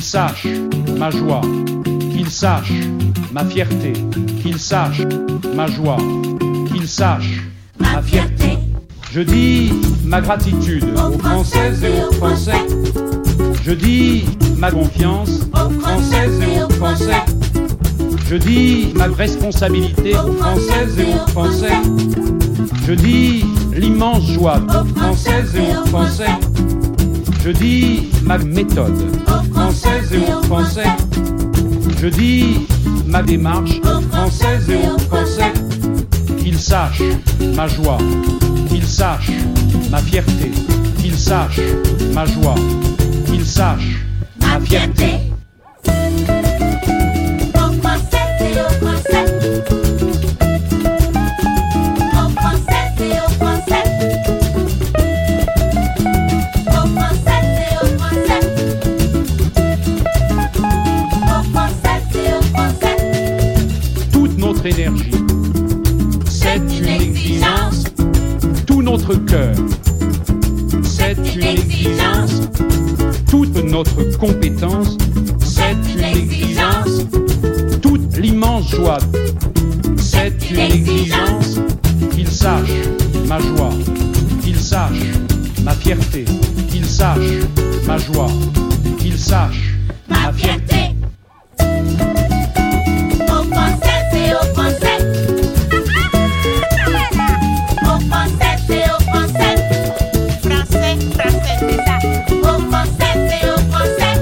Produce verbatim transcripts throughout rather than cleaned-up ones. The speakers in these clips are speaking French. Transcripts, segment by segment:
sache ma joie, qu'il sache ma fierté, qu'il sache ma joie, qu'il sache ma fierté. Je dis ma gratitude aux Françaises et aux Français. Je dis ma confiance aux Françaises et aux Français. Je dis ma responsabilité aux Françaises et aux Français. Je dis l'immense joie aux Françaises et aux Français. Je dis ma méthode aux Françaises et aux Français. Je dis ma démarche aux Françaises et aux Français. Qu'ils sachent ma joie, qu'ils sachent ma fierté, qu'ils sachent ma joie, qu'ils sachent ma fierté. Aux Françaises et aux Français. Aux Françaises et aux Français. Aux Françaises et aux Français. Aux Françaises et aux Français. Toute notre énergie, c'est une exigence. Tout notre cœur, c'est une exigence. Toute notre compétence, c'est une exigence. Toute l'immense joie, c'est une exigence. Qu'ils sachent ma joie, qu'ils sachent ma fierté, qu'ils sachent ma joie, qu'ils sachent ma fierté. Aux Françaises et aux Français. Aux Françaises et aux Français. Français, français, c'est ça. Aux Françaises et aux Français.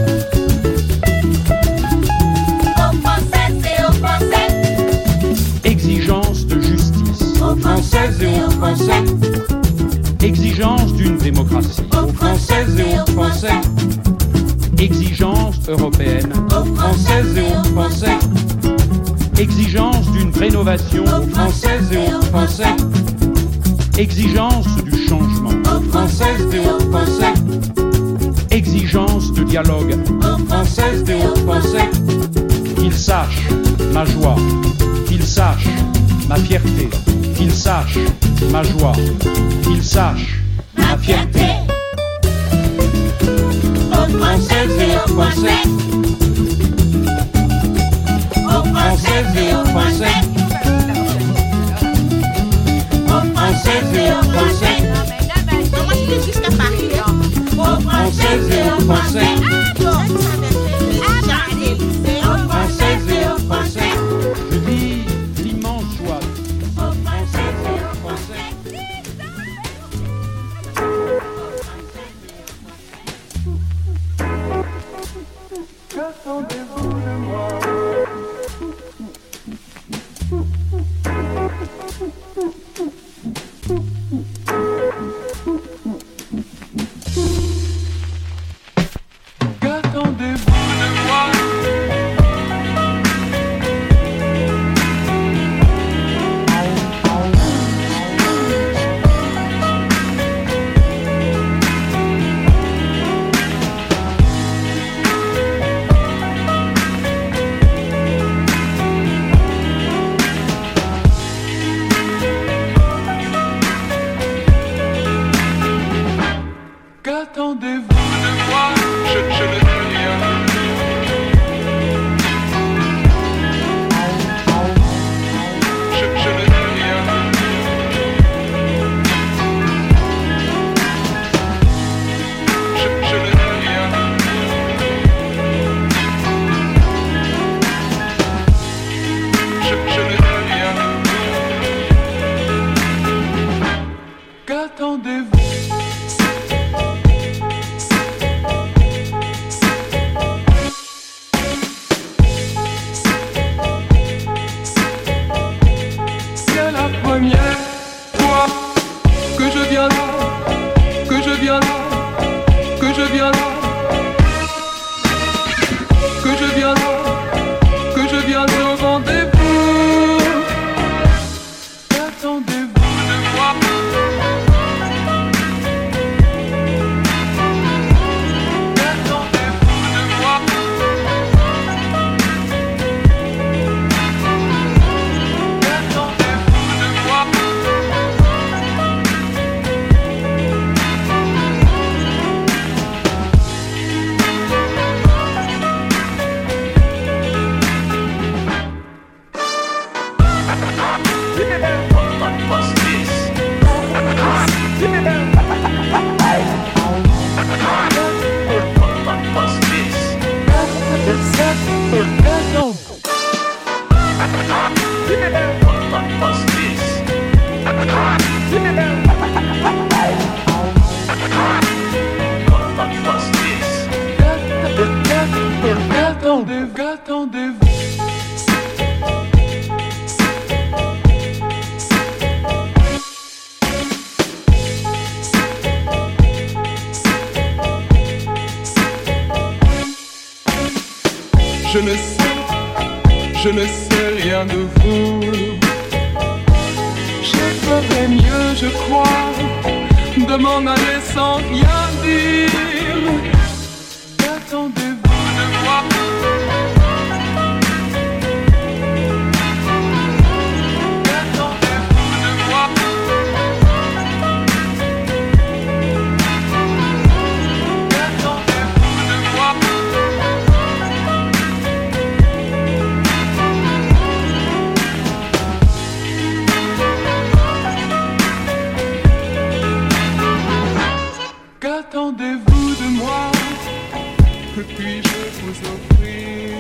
Aux Françaises et aux Français. Exigence de justice aux Françaises et aux Français. Exigence d'une démocratie aux Françaises et aux Français. Exigence européenne aux Françaises et aux Français. Exigence d'une rénovation aux Françaises et aux Français. Exigence du changement aux Françaises et aux Français. Exigence de dialogue aux Françaises et aux Français. Qu'ils sachent ma joie, qu'ils sachent ma fierté, qu'ils sachent ma joie, qu'ils sachent ma fierté. Aux Françaises et aux Français. Aux Françaises et aux Français. Aux Françaises et aux Français. Comment tu dis jusqu'à Paris? Aux Françaises et aux Français. Aux Françaises et aux Français. Je dis l'immense joie aux Françaises et aux Français. Qu'attendez-vous de moi? Je ne sais, je ne sais rien de vous. Je ferais mieux, je crois, de m'en aller sans rien dire. Qu'attendez-vous de moi? Qu'attendez-vous de moi? Qu'attendez-vous de moi? Qu'attendez-vous de moi? Que puis-je vous offrir?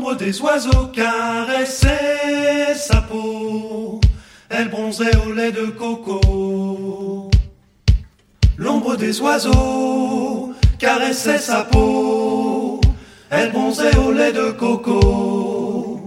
L'ombre des oiseaux caressait sa peau, elle bronzait au lait de coco. L'ombre des oiseaux caressait sa peau, elle bronzait au lait de coco.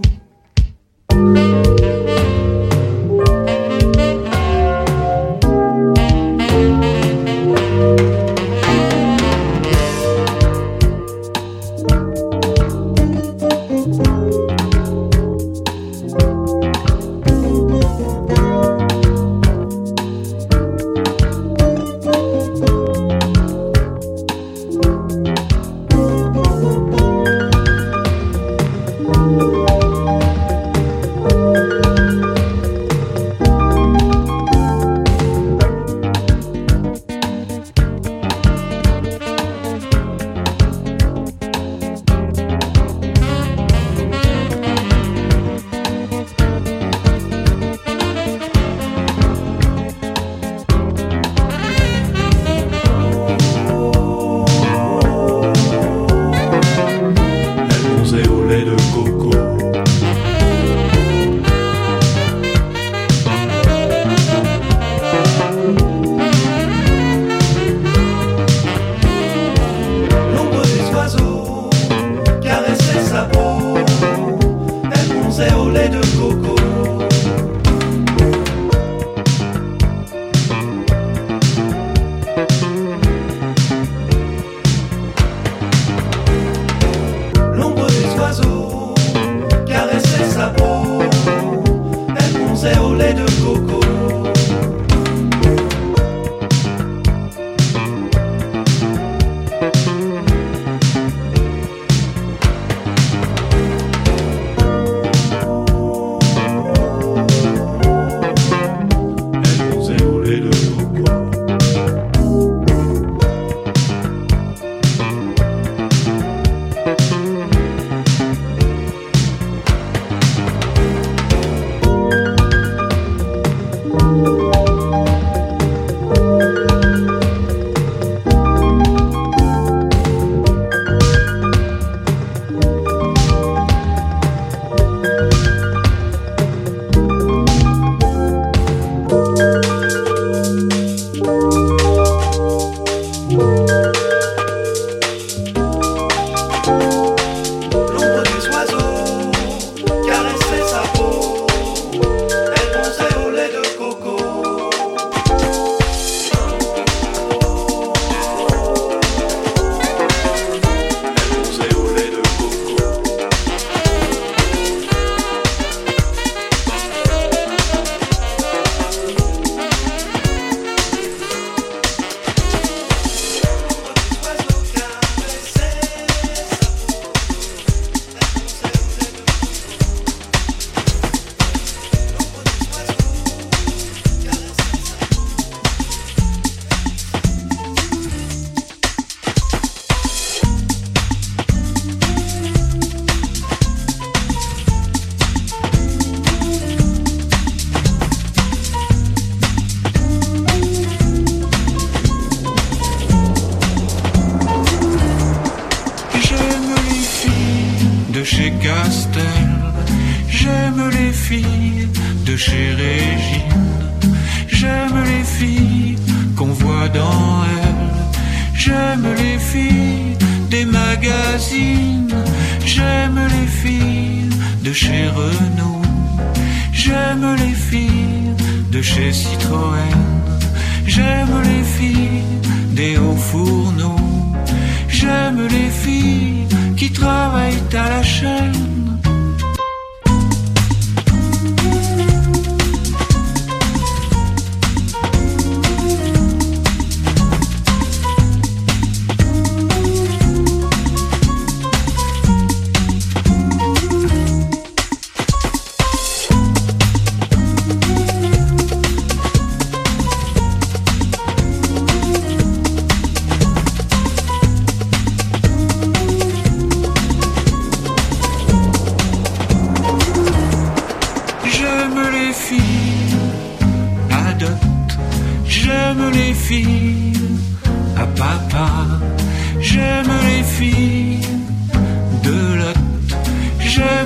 J'aime les filles de Lot, j'aime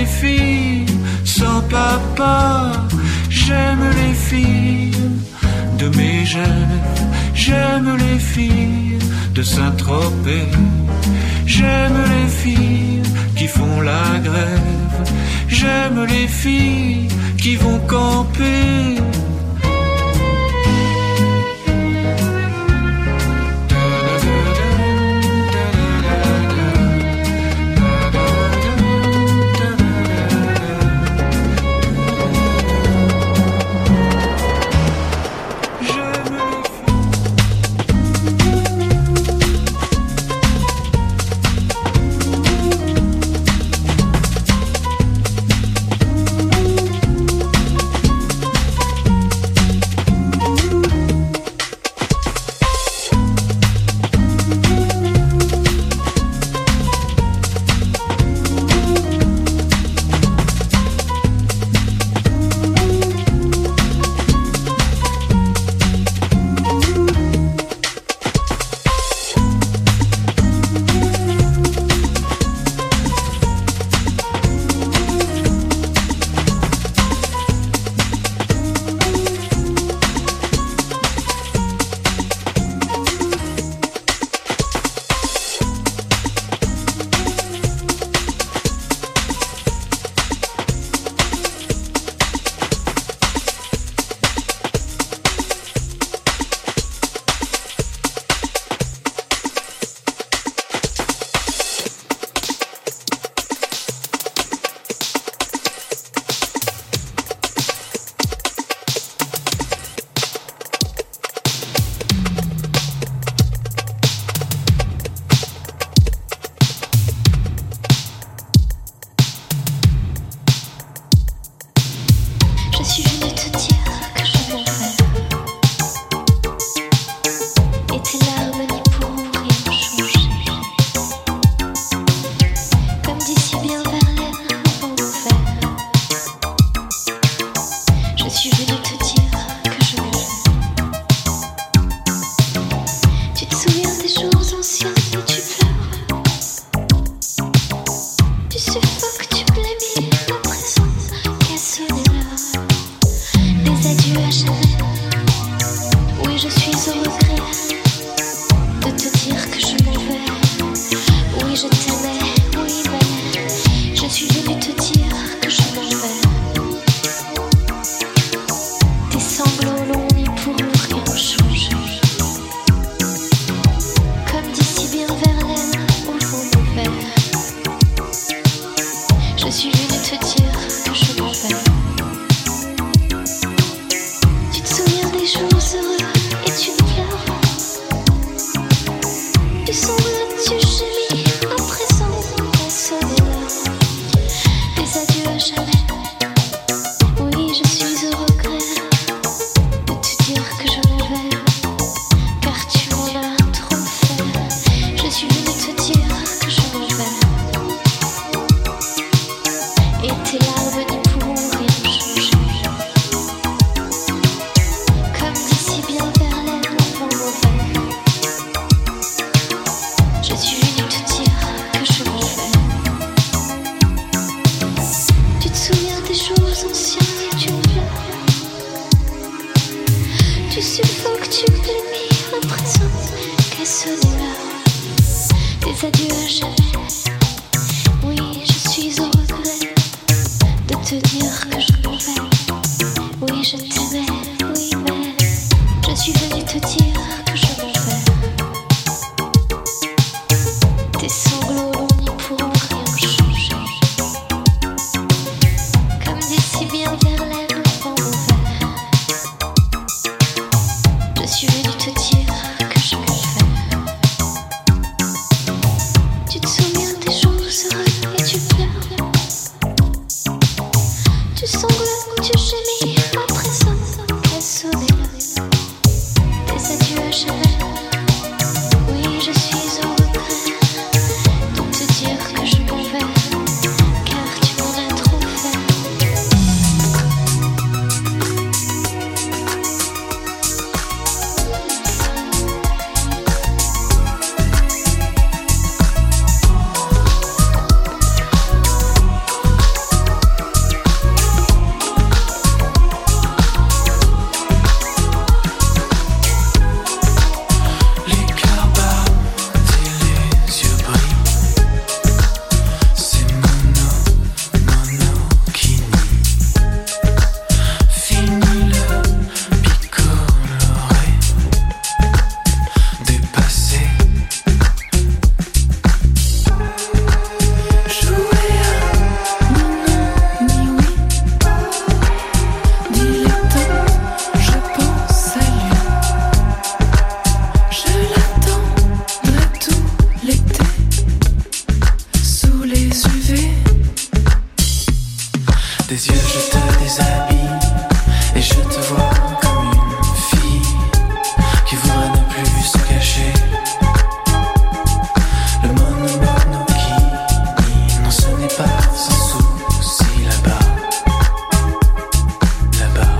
filles sans papa, j'aime les filles de Mégève, j'aime les filles de Saint-Tropez, j'aime les filles qui font la grève, j'aime les filles qui vont camper. Des yeux je te déshabille et je te vois comme une fille qui voudrait ne plus se cacher. Le monomokini, non ce n'est pas sans souci là-bas, là-bas.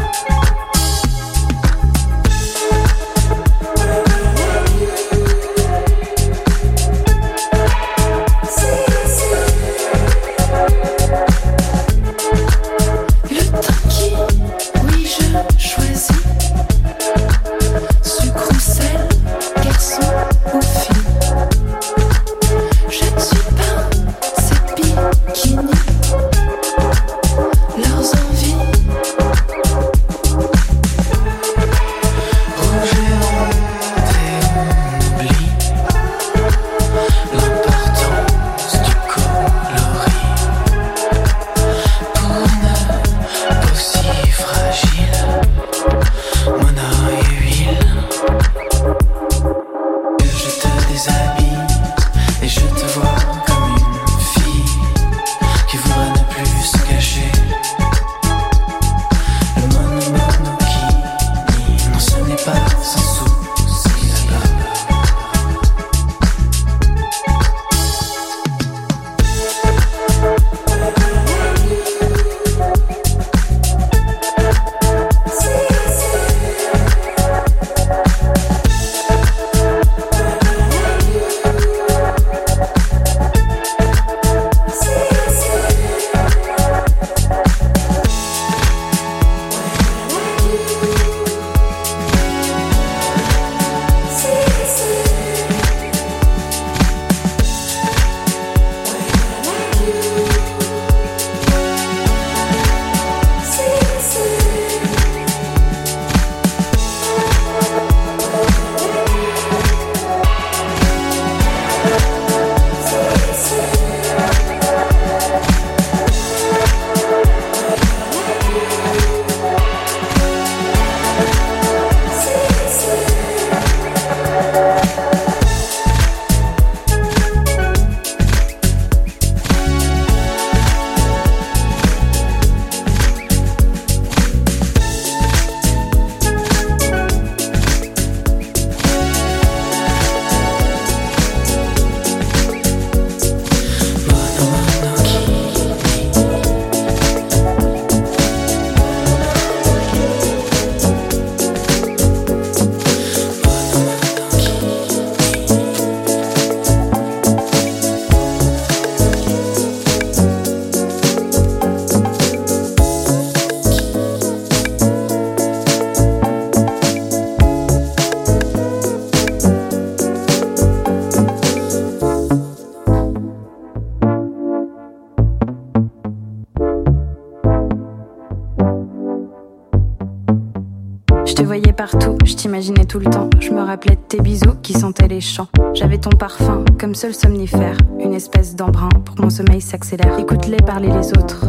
Partout, je t'imaginais tout le temps. Je me rappelais de tes bisous qui sentaient les champs. J'avais ton parfum comme seul somnifère, une espèce d'embrun pour que mon sommeil s'accélère. Écoute-les parler les autres,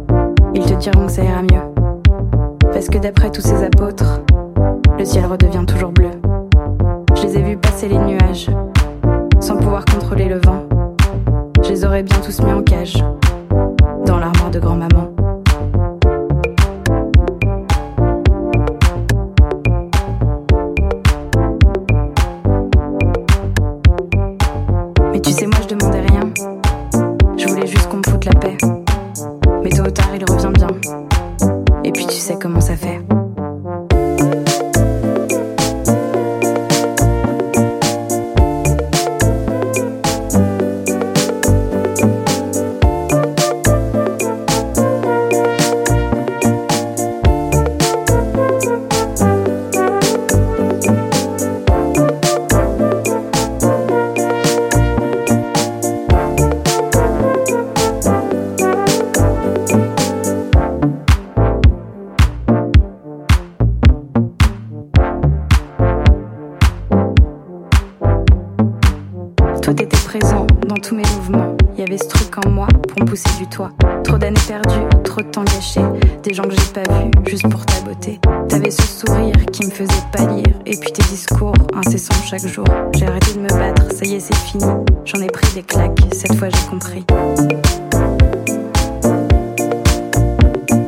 ils te diront que ça ira mieux. Parce que d'après tous ces apôtres, le ciel redevient toujours bleu. Je les ai vus passer les nuages, sans pouvoir contrôler le vent. Je les aurais bien tous mis en cage, dans l'armoire de grand-maman. Tu sais, moi je demandais rien. Je voulais juste qu'on me foute la paix. Mais tôt ou tard il revient bien. Et puis tu sais comment ça fait. Trop d'années perdues, trop de temps gâché, des gens que j'ai pas vus, juste pour ta beauté. T'avais ce sourire qui me faisait pâlir, et puis tes discours incessants chaque jour. J'ai arrêté de me battre, ça y est c'est fini. J'en ai pris des claques, cette fois j'ai compris.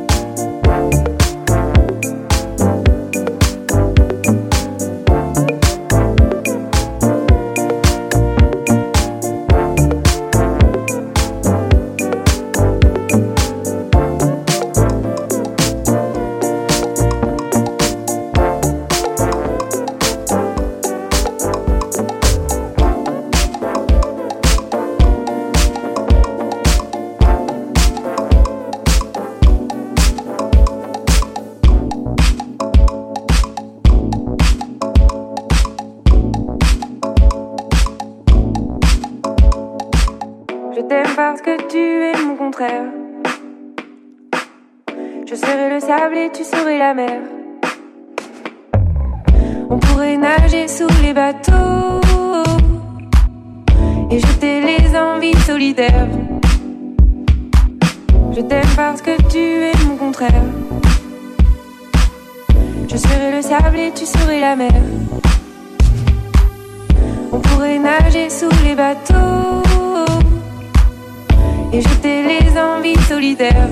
contraire. Je serai le sable et tu serais la mer. On pourrait nager sous les bateaux et jeter les envies solitaires. Je t'aime parce que tu es mon contraire. Je serai le sable et tu serais la mer. On pourrait nager sous les bateaux et jeter les envies solitaires.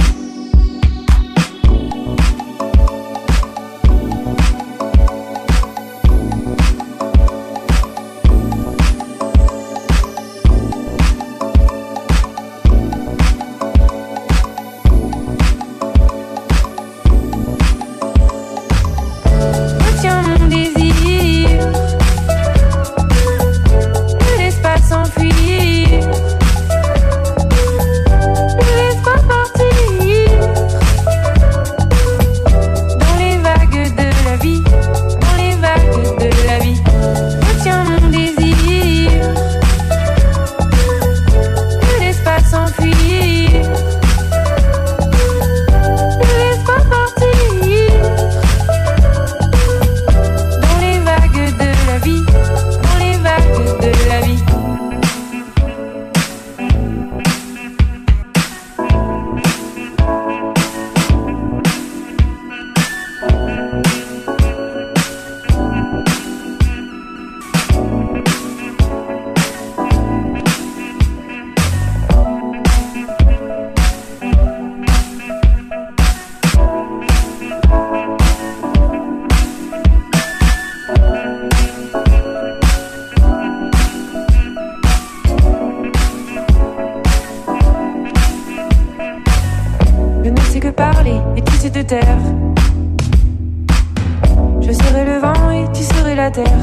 Je serai le vent et tu serais la terre.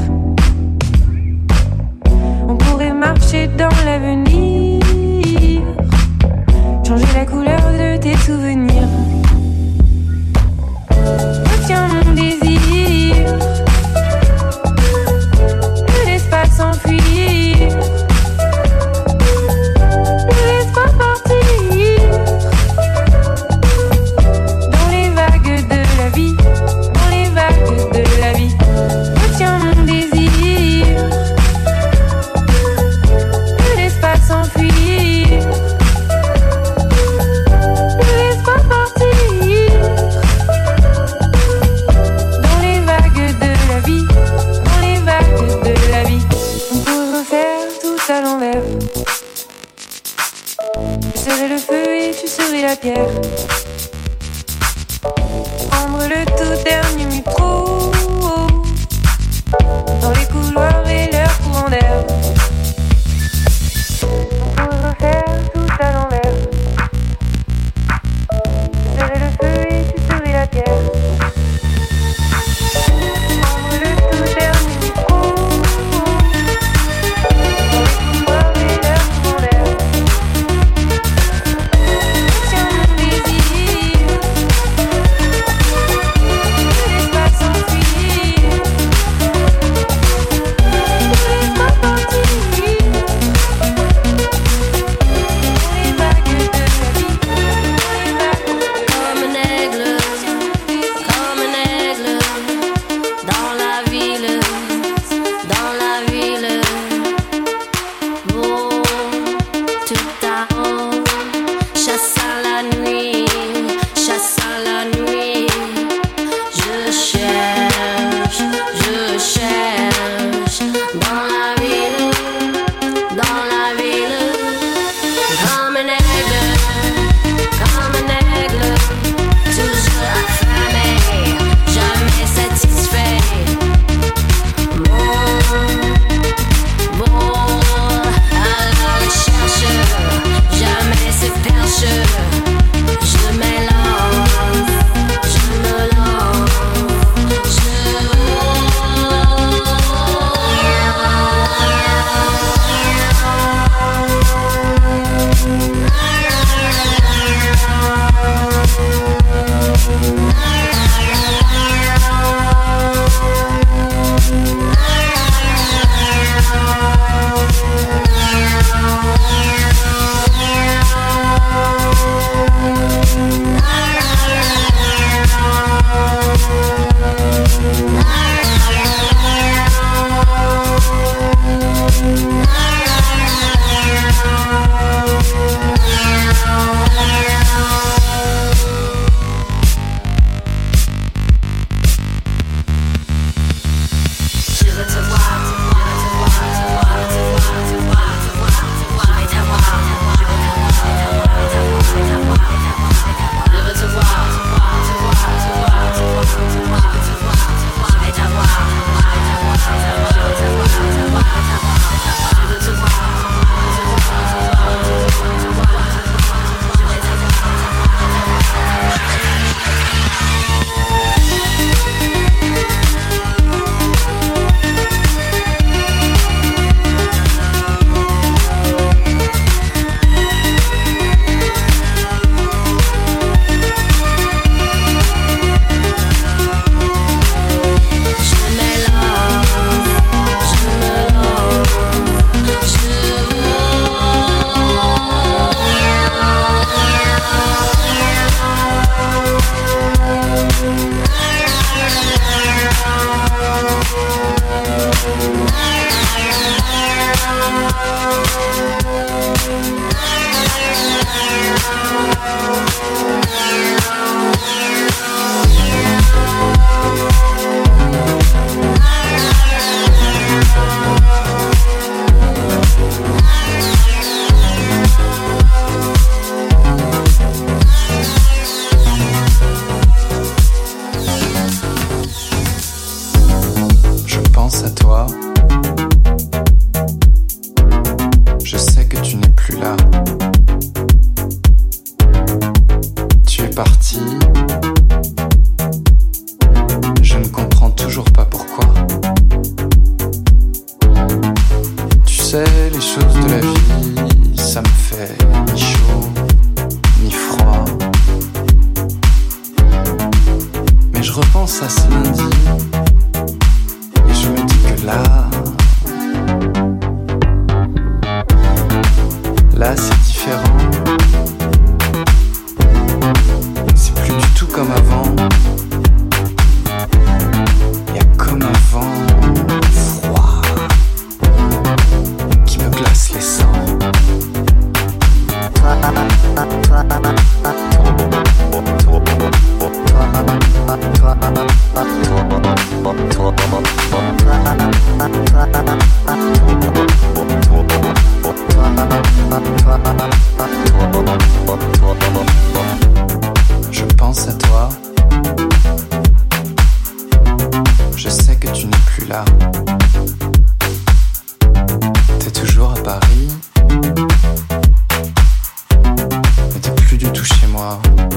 On pourrait marcher dans l'avenir, changer la couleur de tes souvenirs. Retiens mon désir, que l'espace s'enfuir. Ne laisse pas partir dans les vagues de la vie, dans les vagues de la vie. Retiens mon désir, que l'espace s'enfuir. Ne laisse pas partir dans les vagues de la vie, dans les vagues de la vie. On pourrait refaire tout à l'envers. Je serai le feu et tu serais la pierre. Prendre le tout dernier métro dans les couloirs et leurs courants d'air. On pourrait refaire tout à l'envers. Je serai le feu et tu serais la pierre. Prendre le tout dernier métro dans les couloirs et leurs courants d'air. Retiens mon désir, que l'espace s'enfuir. parti. Je ne comprends toujours pas pourquoi. Tu sais, les choses de la vie, ça me fait ni chaud, ni froid. Mais je repense à ce lundi et je me dis que là, là c'est différent. C'est plus du tout comme avant. Y a comme un vent froid qui me glace les sangs. Je pense à toi. Je sais que tu n'es plus là. T'es toujours à Paris, mais t'es plus du tout chez moi.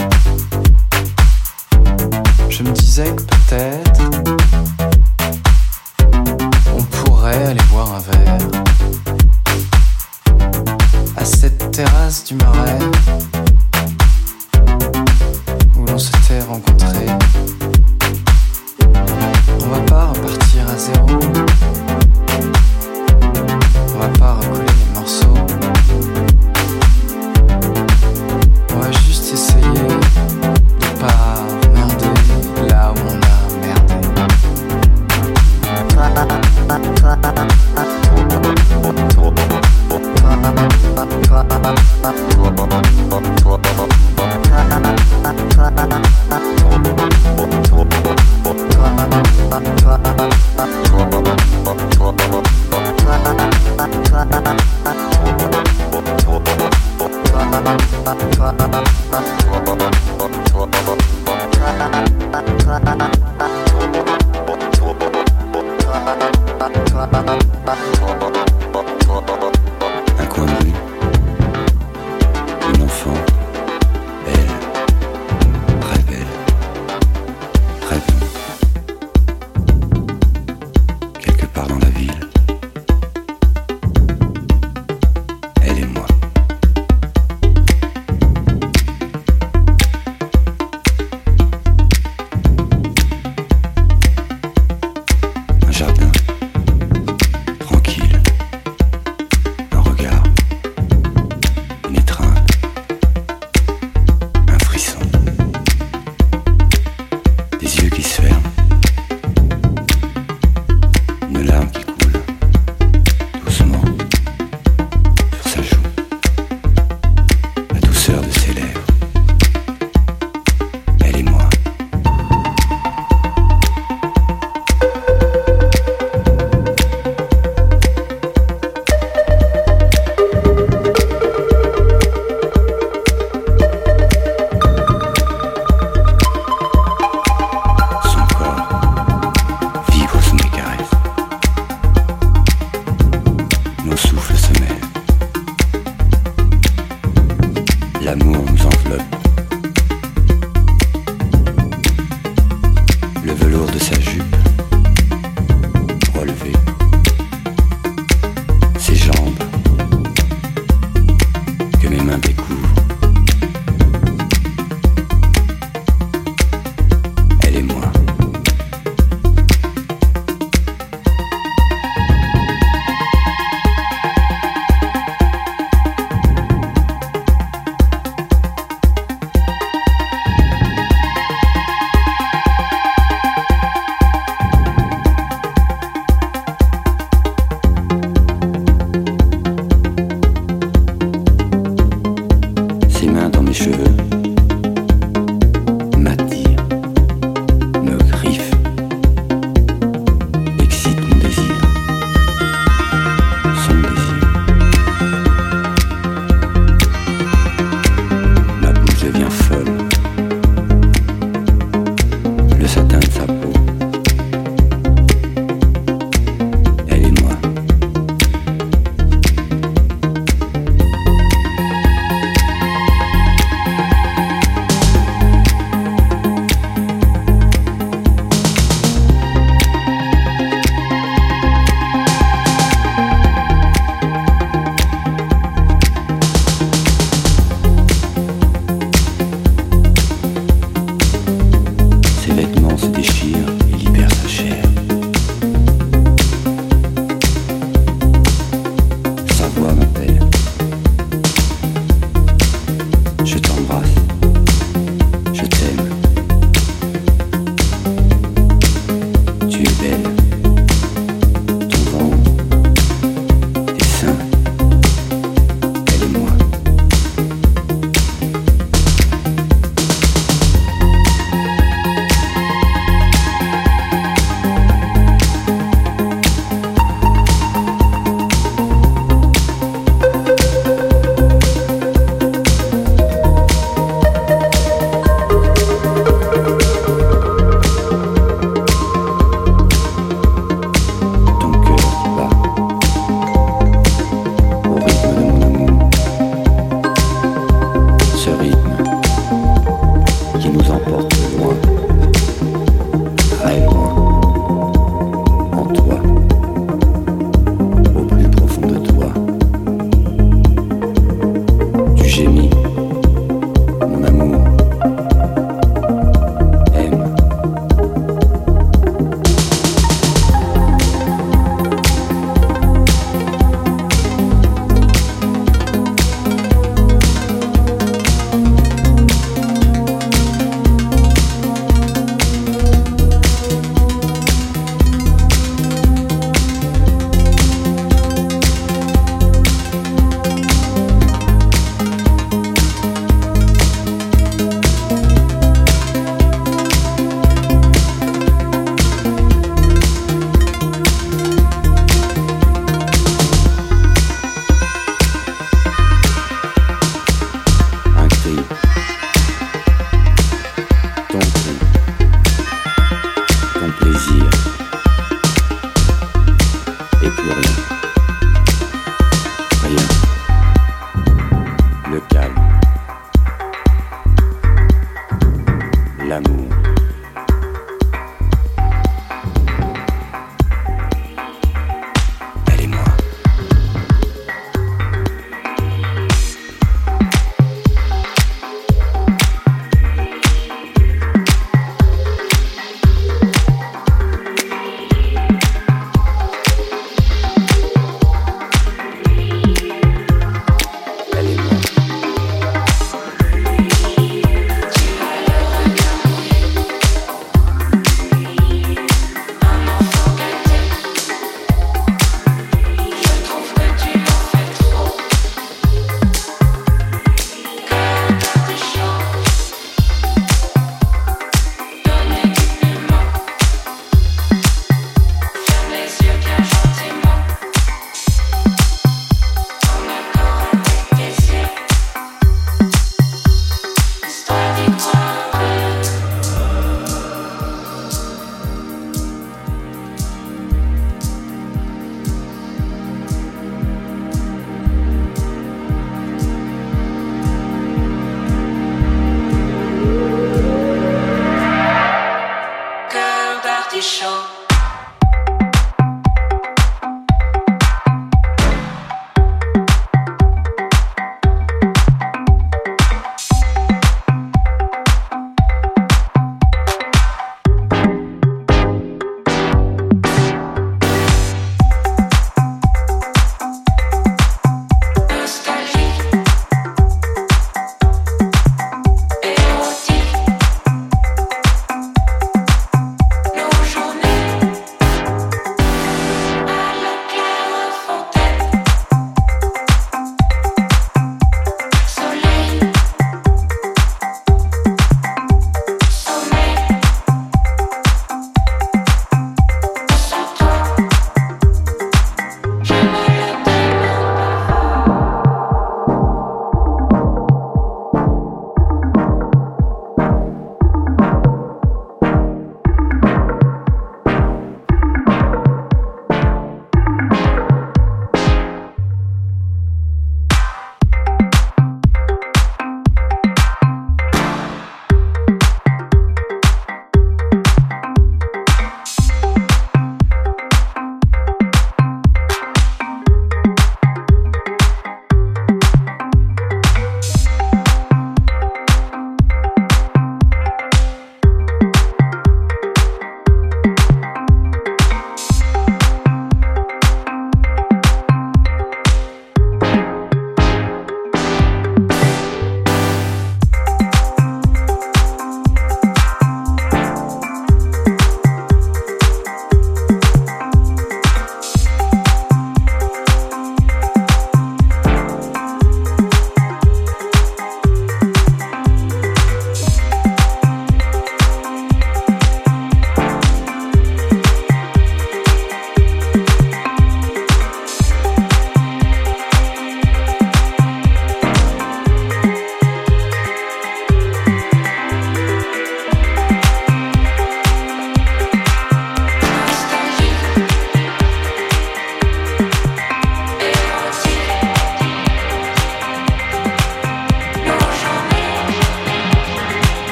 Je me disais que peut-être on pourrait aller boire un verre à cette terrasse du Marais où l'on s'était rencontrés. On va pas repartir à zéro. On va pas recoller les morceaux. On va juste essayer de pas merder là où on a merdé. Un coin de rue, une enfant, belle, très belle, très bonne, quelque part dans la ville. Elle et moi. l'amour. Elle et moi. Thank you.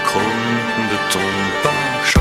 chrome de ton pare-choc.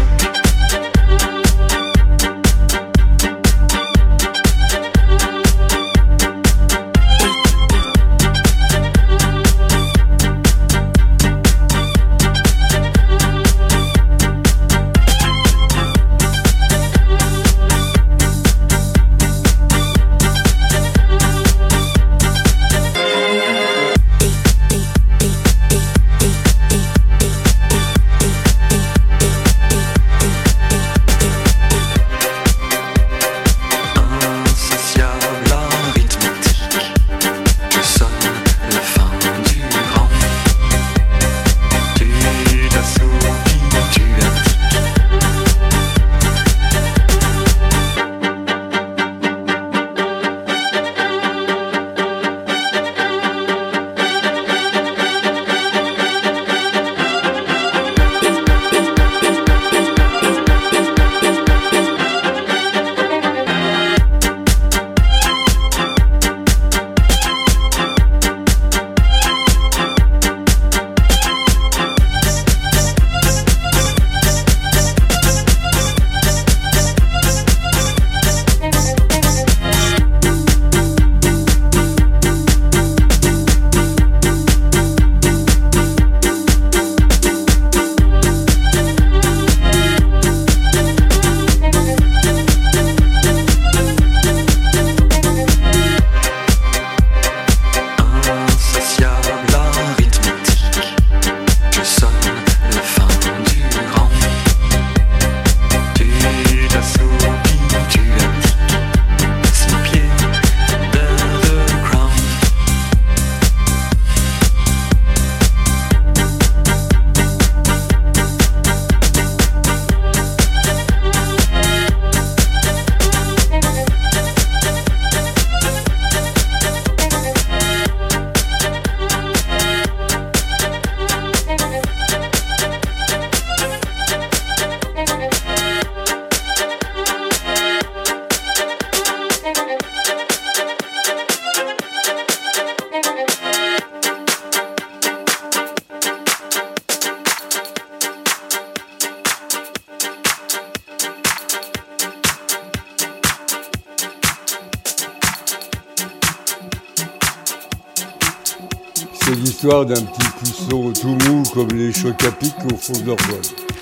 C'est l'histoire d'un petit pousson tout mou comme les chocs à pic au fond de leur vol.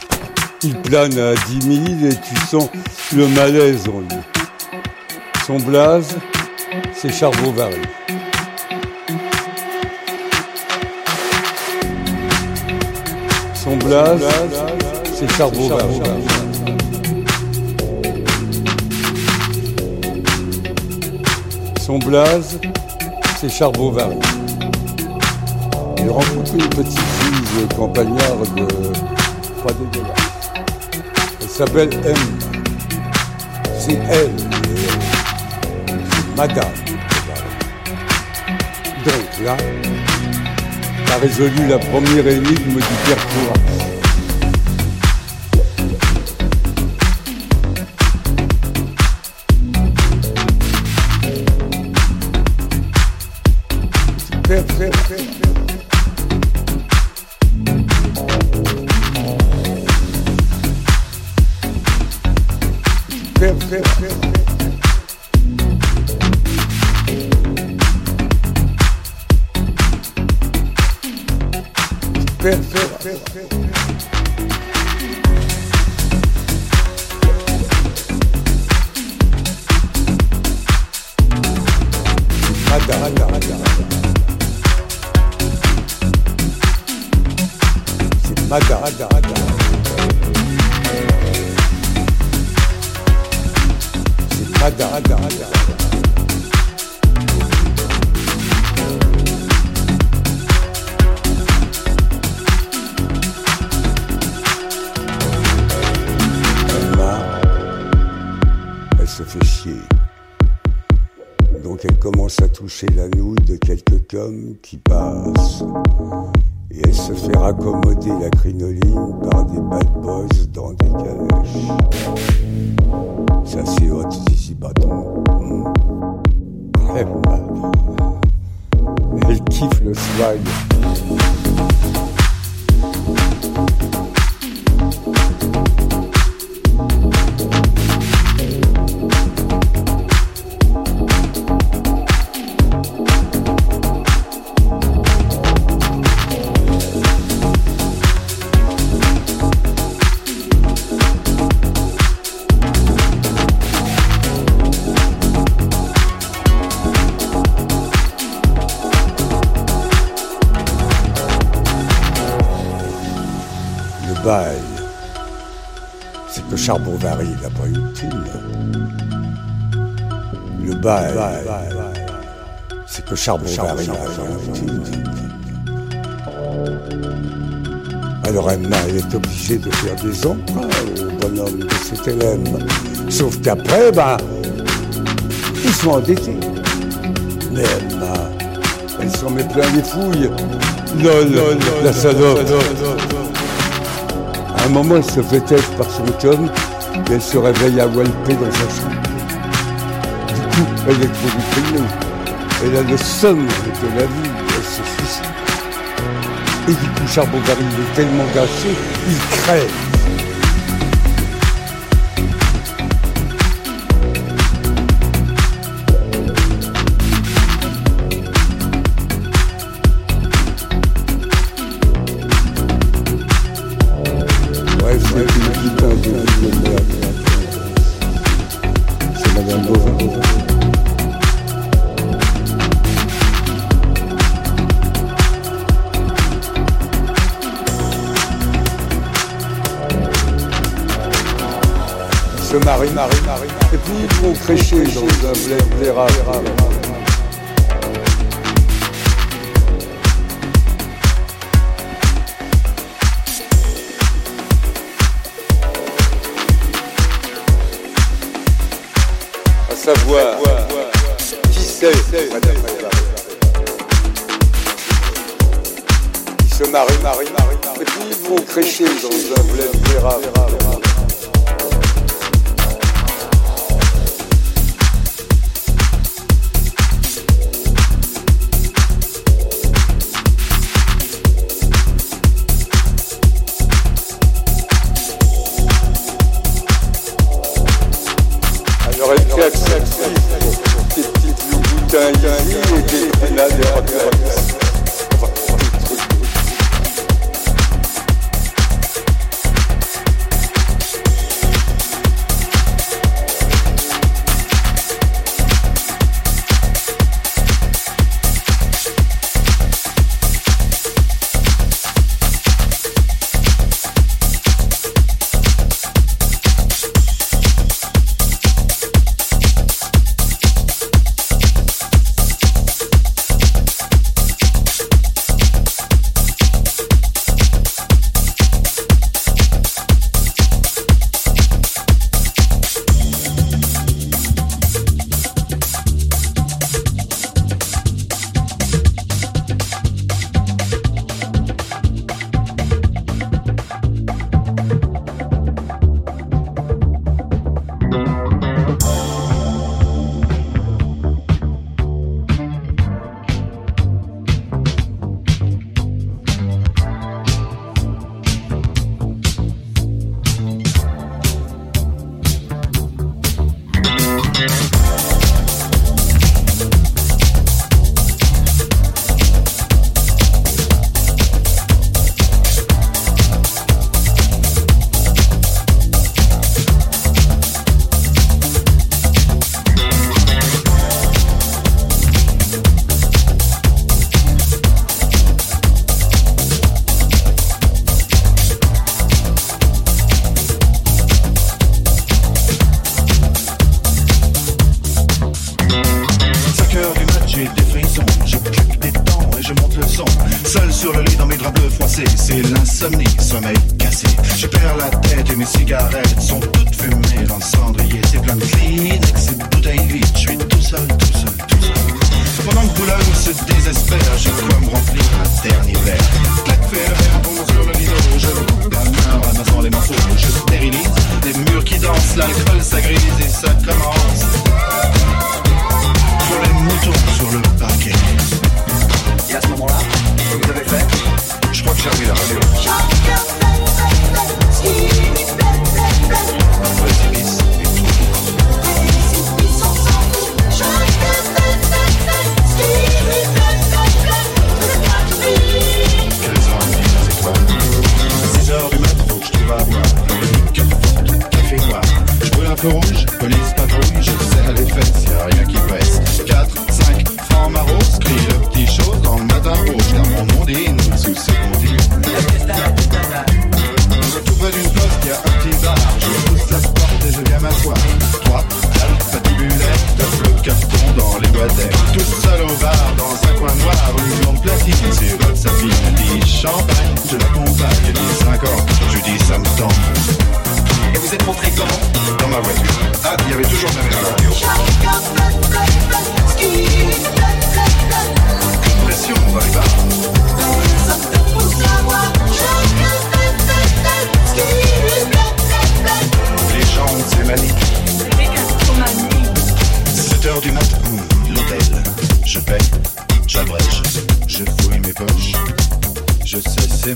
Il plane à dix mille et tu sens le malaise en lui. Son blaze, c'est Charbot-Varry. Son blaze, c'est Charbot-Varry. Son blaze, c'est Charbot-Varry. Il rencontre une petite fille campagnarde, pas dégueulasse. Elle s'appelle M. C'est elle, c'est Madame. Donc là, t'as résolu la première énigme du Pierre-Courage. Super, super, super. Super, super, super. Super, super, super. Madame, madame, madame. C'est madame, madame, madame. Madame, madame, madame. Elle marre, elle se fait chier. Donc elle commence à toucher la nouille de quelques coms qui passent. Et elle se fait raccommoder la crinoline par des bad boys dans des calèches. Ça c'est hot ici, bâton. Mmh. Elle, elle kiffe le swag. bail, c'est que Charbon-Vary n'a pas une thune. Le bail, c'est que Charbon-Vary n'a pas une thune. Alors Emma, elle est obligée de faire des emprunts au bonhomme de cet élève. Sauf qu'après, ben, ils sont endettés. Mais Emma, elle s'en met plein les fouilles. Lol, lol, la salope. À un moment, elle se fait tête par son chum et elle se réveille à walper dans sa chambre. Du coup, elle est trop déprimée. Elle a le somme de la vie, elle se suicide. Et du coup, Charbon-Vary est tellement gâché, il crève. Ouais, c'est une putain de merde. C'est Madame Bovin. Marie, Marie, Marie, et puis ils vont crécher dans un bled d'érable. À savoir, qui c'est, Madame Bovary. Ils se marient, marient, marient, et puis ils vont crécher dans un bled d'érable. Des petites boutins ici et des grenades et roquettes.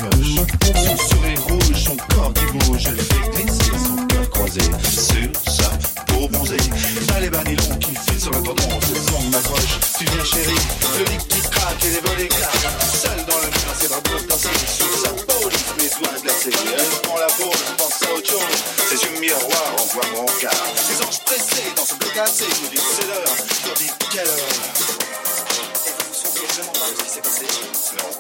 poche. Son sourire rouge, son corps qui bouge, elle fait glisser son cœur croisé sur sa peau bronzée. T'as les banylons qui filent sur le tendon, tes ongles m'accrochent. Tu viens chérie, le lit qui craque et les volets claquent. Seul dans le mur, ses bras bleus danser sur sa peau, mes doigts glacés. Elle prend la peau, je pense à autre chose. Ses yeux miroirs envoient mon regard. Ses anges pressés dans ce bleu cassé, je me dis c'est l'heure, je leur dis quelle heure. Et vous vous souvenez vraiment pas de ce qui s'est passé? Non.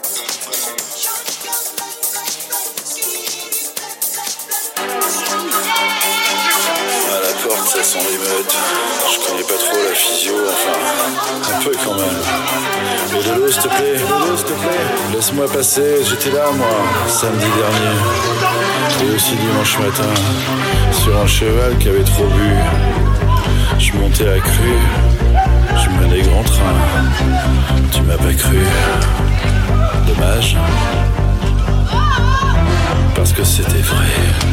À la porte, ça sent l'émeute. Je connais pas trop la physio, enfin, un peu quand même. Mais de l'eau, s'il te plaît, de l'eau, s'il te plaît. Laisse-moi passer, j'étais là, moi, samedi dernier. Et aussi dimanche matin, sur un cheval qui avait trop bu. Je montais la crue, je menais grand train. Tu m'as pas cru. Dommage. Parce que c'était vrai.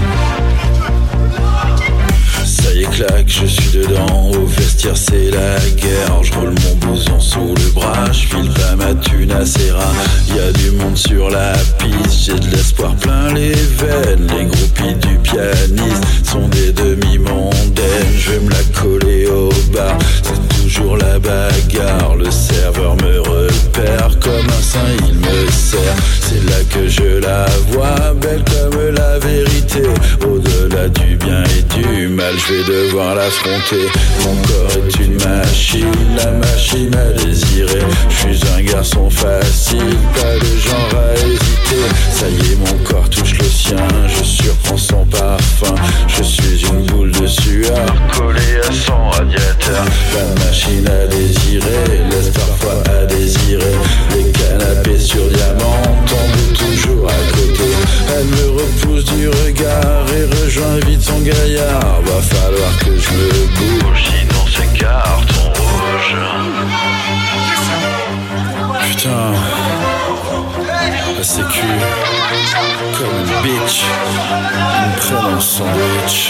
Ça y est, claque, je suis dedans. Au vestiaire, c'est la guerre. Je roule mon blouson sous le bras. Je file pas ma thune à ses rats. Y'a du monde sur la piste. J'ai de l'espoir plein les veines. Les groupies du pianiste sont des demi-mondaines. Je vais me la coller au bar. C'est toujours la bagarre. Le serveur me repère. Comme un saint, il me sert. C'est là que je la vois. Belle comme la vérité. Au-delà du bien et du mal, je vais devoir l'affronter. Mon corps est une machine, la machine à désirer. Je suis un garçon facile, pas de genre à hésiter. Ça y est, mon corps touche le sien, je surprends son parfum. Je suis une boule de sueur, collée à son radiateur. La machine à désirer, laisse parfois à désirer. Les canapés sur diamant tombent toujours à côté. Elle me repousse du regard et rejoint vite son gaillard. Va falloir que je me bouge, sinon c'est carton rouge. Putain, la sécu, comme une bitch, ils me prennent en sandwich.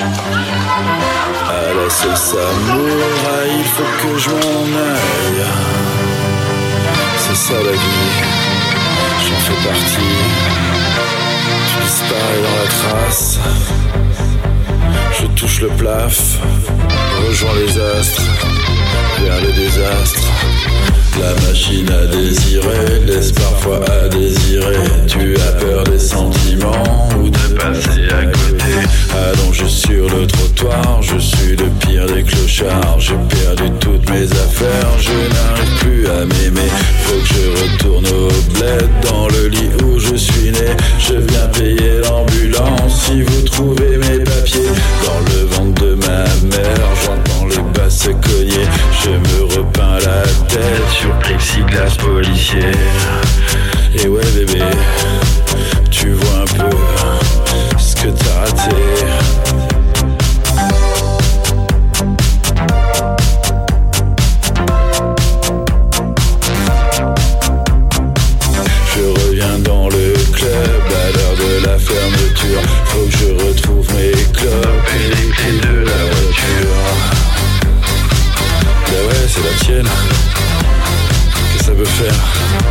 À la sauce samouraï, il faut que je m'en aille. C'est ça la vie, j'en fais partie. Tu disparais dans la trace. Je touche le plaf, rejoins les astres, vers le désastre. La machine à désirer laisse parfois à désirer. Tu as peur des sentiments ou de passer à côté. Allongé sur le trottoir, je suis le pire des clochards. J'ai perdu toutes mes affaires, je n'arrive plus à m'aimer. Faut que je retourne au bled, dans le lit où je suis né. Je viens payer l'ambulance si vous trouvez mes papiers. Dans le ventre de ma mère, j'entends les basses se cogner. Je me repeins la tête sur plexiglas policier. Et ouais bébé, tu vois un peu ce que t'as raté. Je reviens dans le club à l'heure de la fermeture. Faut que je retrouve mes clopes et les clés de la voiture. Bah ouais, c'est la tienne. Qu'est-ce que ça veut faire?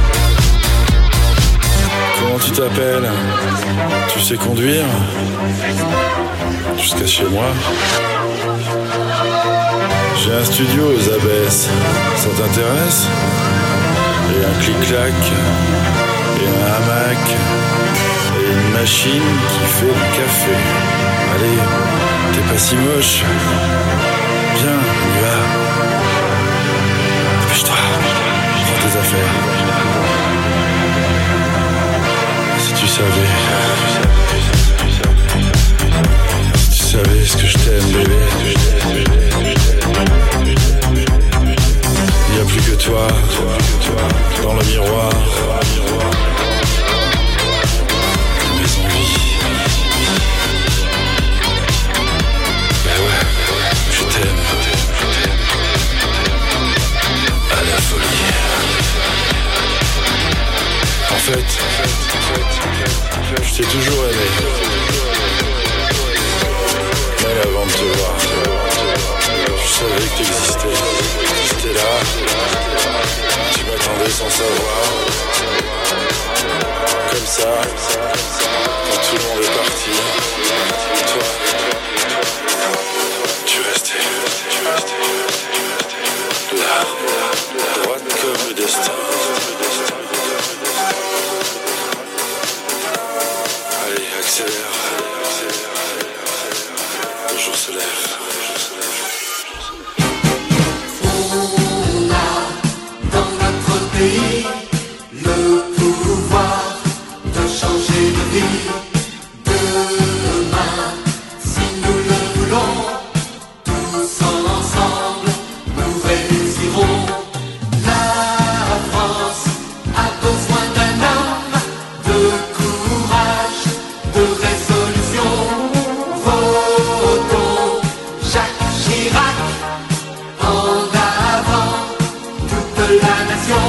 Comment tu t'appelles? Tu sais conduire? Jusqu'à chez moi. J'ai un studio aux Abbesses. Ça t'intéresse? Et un clic-clac, et un hamac, et une machine qui fait le café. Allez, t'es pas si moche. Viens, on y va. Dépêche-toi, prends tes affaires. Si tu savais, si tu savais ce que je t'aime, bébé. Il n'y a plus que toi, dans le miroir. Mes envies. Ben ouais, je t'aime. À la folie. En fait, je t'ai toujours aimé. Même avant de te voir. Je savais que t'existais. T'étais là. Tu m'attendais sans savoir. comme ça, quand tout le monde est parti, toi, tu restais, tu restais, là, droite comme le destin. Allez, accélère, le jour se lève. On a dans notre pays le pouvoir de changer de vie. Demain, si nous le voulons, tous ensemble, nous réussirons. La France a besoin d'un homme de courage, de résolution. Votons Jacques Chirac, en avant toute la nation.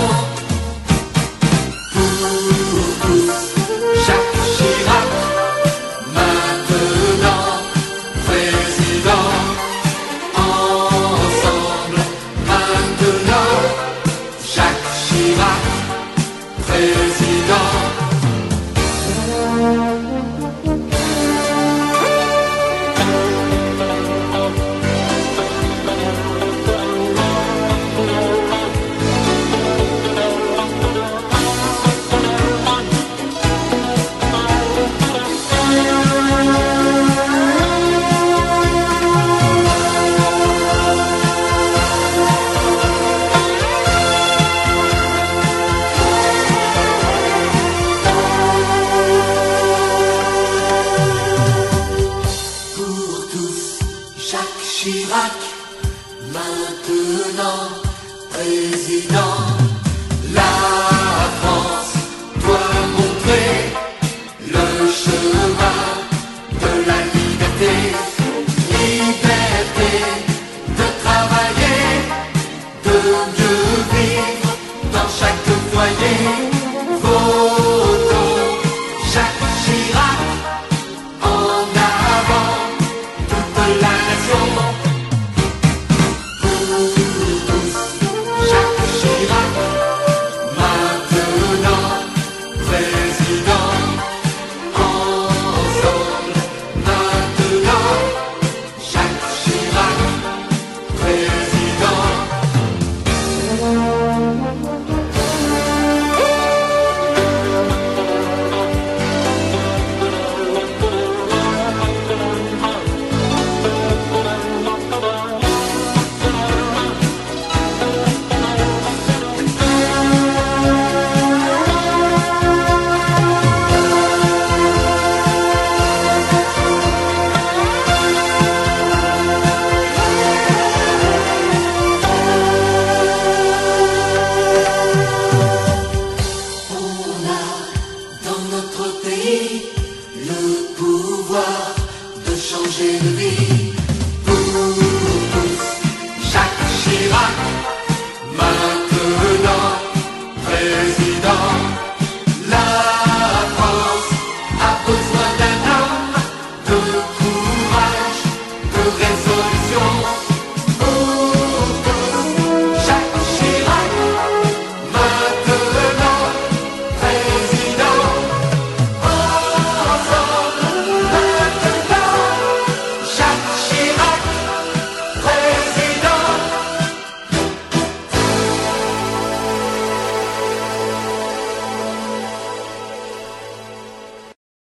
Chirac, maintenant président. La France doit montrer le chemin de la liberté. Liberté de travailler, de mieux vivre dans chaque foyer. Votons Jacques Chirac, en avant toute la nation. Le pouvoir de changer de vie.